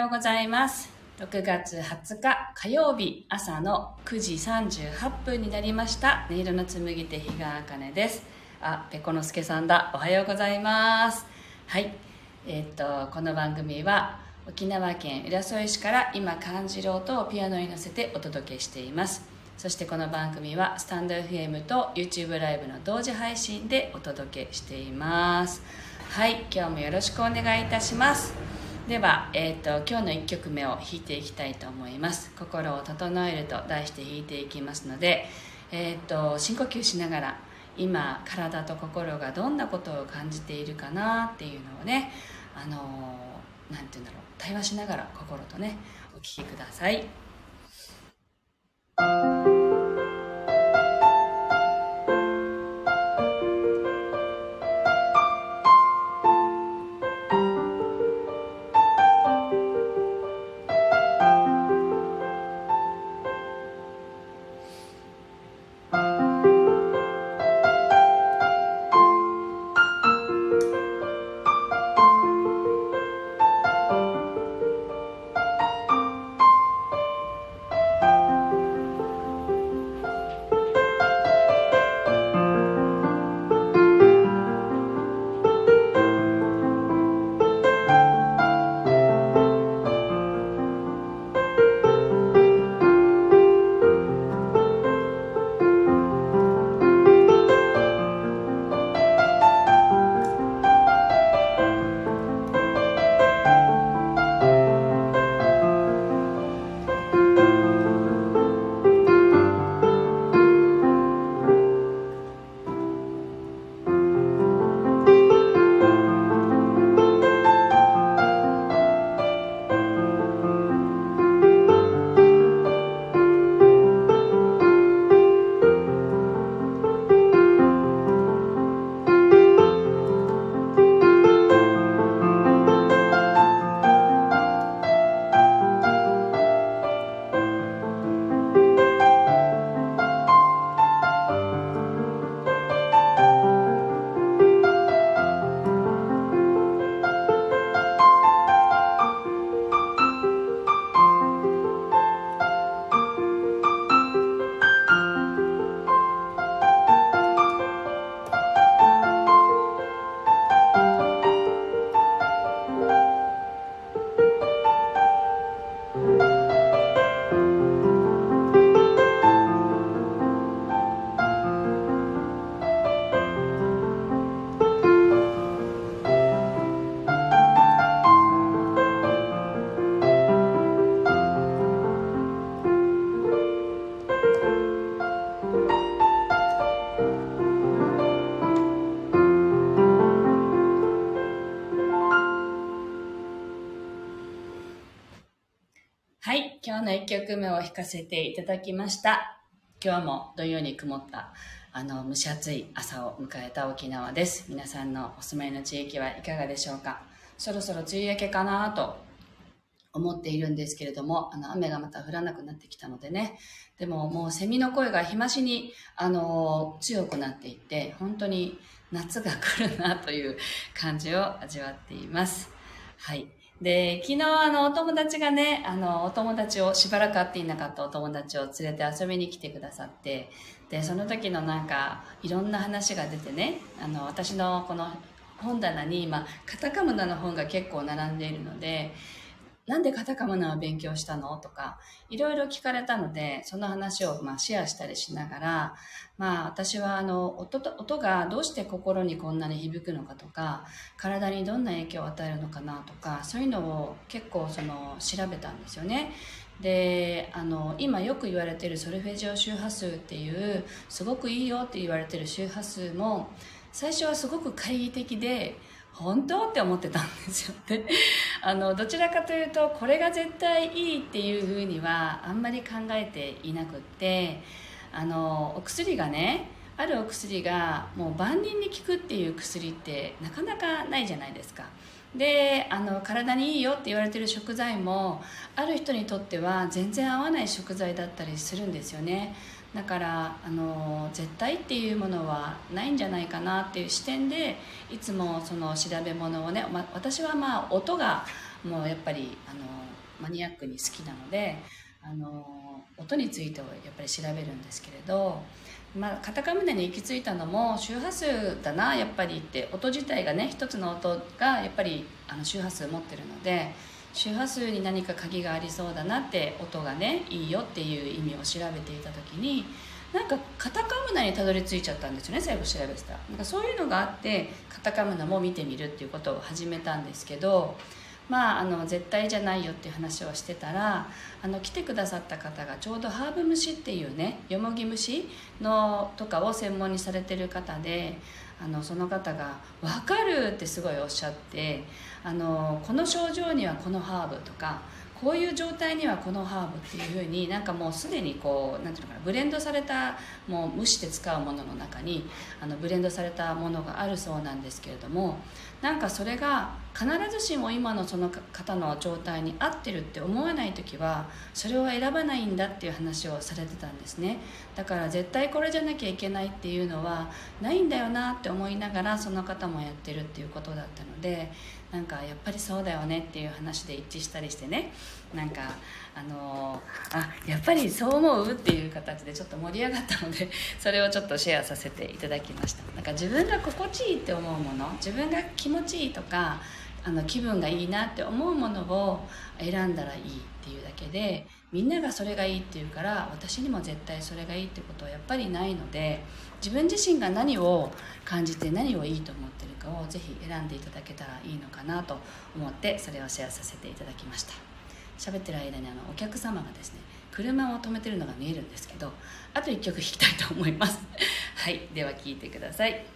ようございます。6月20日火曜日朝の9時38分になりました。音色の紡手日川茜です。ペコのすけさんだ。おはようございます。はい、この番組は沖縄県浦添市から今感じる音をピアノに乗せてお届けしています。そしてこの番組はスタンド FM と YouTube ライブの同時配信でお届けしています。はい、今日もよろしくお願いいたします。では、今日の1曲目を弾いていきたいと思います。心を整えると題して弾いていきますので、深呼吸しながら今体と心がどんなことを感じているかなっていうのをね、なんていうんだろう、対話しながら心とねお聞きください。はい、今日の1曲目を弾かせていただきました。今日も土曜に曇った蒸し暑い朝を迎えた沖縄です。皆さんのお住まいの地域はいかがでしょうか。そろそろ梅雨明けかなと思っているんですけれども、雨がまた降らなくなってきたのでね。でももうセミの声が日増しに強くなっていって、本当に夏が来るなという感じを味わっています。はい。で、昨日お友達がね、お友達をしばらく会っていなかったお友達を連れて遊びに来てくださって、で、その時のなんかいろんな話が出てね、私のこの本棚に今カタカムナの本が結構並んでいるので、なんでカタカムナを勉強したのとかいろいろ聞かれたので、その話をシェアしたりしながら、私は音がどうして心にこんなに響くのかとか、体にどんな影響を与えるのかなとか、そういうのを結構調べたんですよね。で、今よく言われているソルフェジオ周波数っていうすごくいいよって言われている周波数も最初はすごく懐疑的で、本当って思ってたんですよね。どちらかというとこれが絶対いいっていうふうにはあんまり考えていなくって、お薬がね、あるお薬がもう万人に効くっていう薬ってなかなかないじゃないですか。で、体にいいよって言われてる食材もある人にとっては全然合わない食材だったりするんですよね。だから絶対っていうものはないんじゃないかなっていう視点でいつもその調べ物をね、私は音がもうやっぱりマニアックに好きなので、音についてをやっぱり調べるんですけれど、カタカムネに行き着いたのも周波数だなやっぱりって、音自体がね、一つの音がやっぱり周波数持ってるので、周波数に何か鍵がありそうだなって、音がねいいよっていう意味を調べていた時に、なんかカタカムナにたどり着いちゃったんですよね、最後調べてたら。なんかそういうのがあって、カタカムナも見てみるっていうことを始めたんですけど、絶対じゃないよっていう話をしてたら、来てくださった方がちょうどハーブ虫っていうね、よもぎ虫のとかを専門にされてる方で、その方が「分かる」ってすごいおっしゃって、この症状にはこのハーブとか、こういう状態にはこのハーブっていう風に、なんかもうすでにこう、なんていうのかな、ブレンドされた、もう蒸して使うものの中にブレンドされたものがあるそうなんですけれども、なんかそれが必ずしも今のその方の状態に合ってるって思わない時は、それを選ばないんだっていう話をされてたんですね。だから絶対これじゃなきゃいけないっていうのはないんだよなって思いながら、その方もやってるっていうことだったので、なんかやっぱりそうだよねっていう話で一致したりしてね、なんかやっぱりそう思うっていう形でちょっと盛り上がったので、それをちょっとシェアさせていただきました。なんか自分が心地いいって思うもの、自分が気持ちいいとか気分がいいなって思うものを選んだらいいっていうだけで、みんながそれがいいっていうから私にも絶対それがいいってことはやっぱりないので、自分自身が何を感じて何をいいと思ってるかをぜひ選んでいただけたらいいのかなと思って、それをシェアさせていただきました。喋ってる間にお客様がですね、車を止めてるのが見えるんですけど、あと1曲弾きたいと思いますはい、では聴いてください。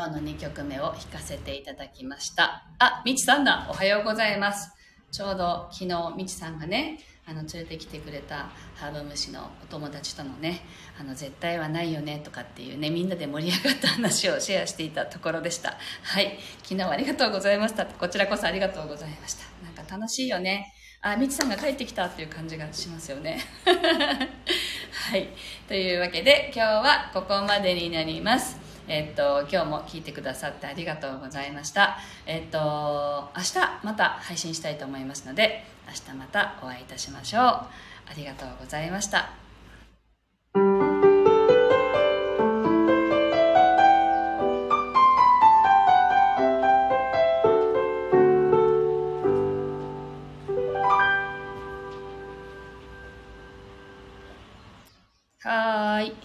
今日の2曲目を弾かせていただきました。あ、みちさんだ。おはようございます。ちょうど昨日みちさんがね、連れてきてくれたハーブ虫のお友達とのね、絶対はないよねとかっていうね、みんなで盛り上がった話をシェアしていたところでした。はい、昨日はありがとうございました。こちらこそありがとうございました。なんか楽しいよね。あ、みちさんが帰ってきたっていう感じがしますよね。はい、というわけで今日はここまでになります。今日も聞いてくださってありがとうございました。明日また配信したいと思いますので、明日またお会いいたしましょう。ありがとうございました。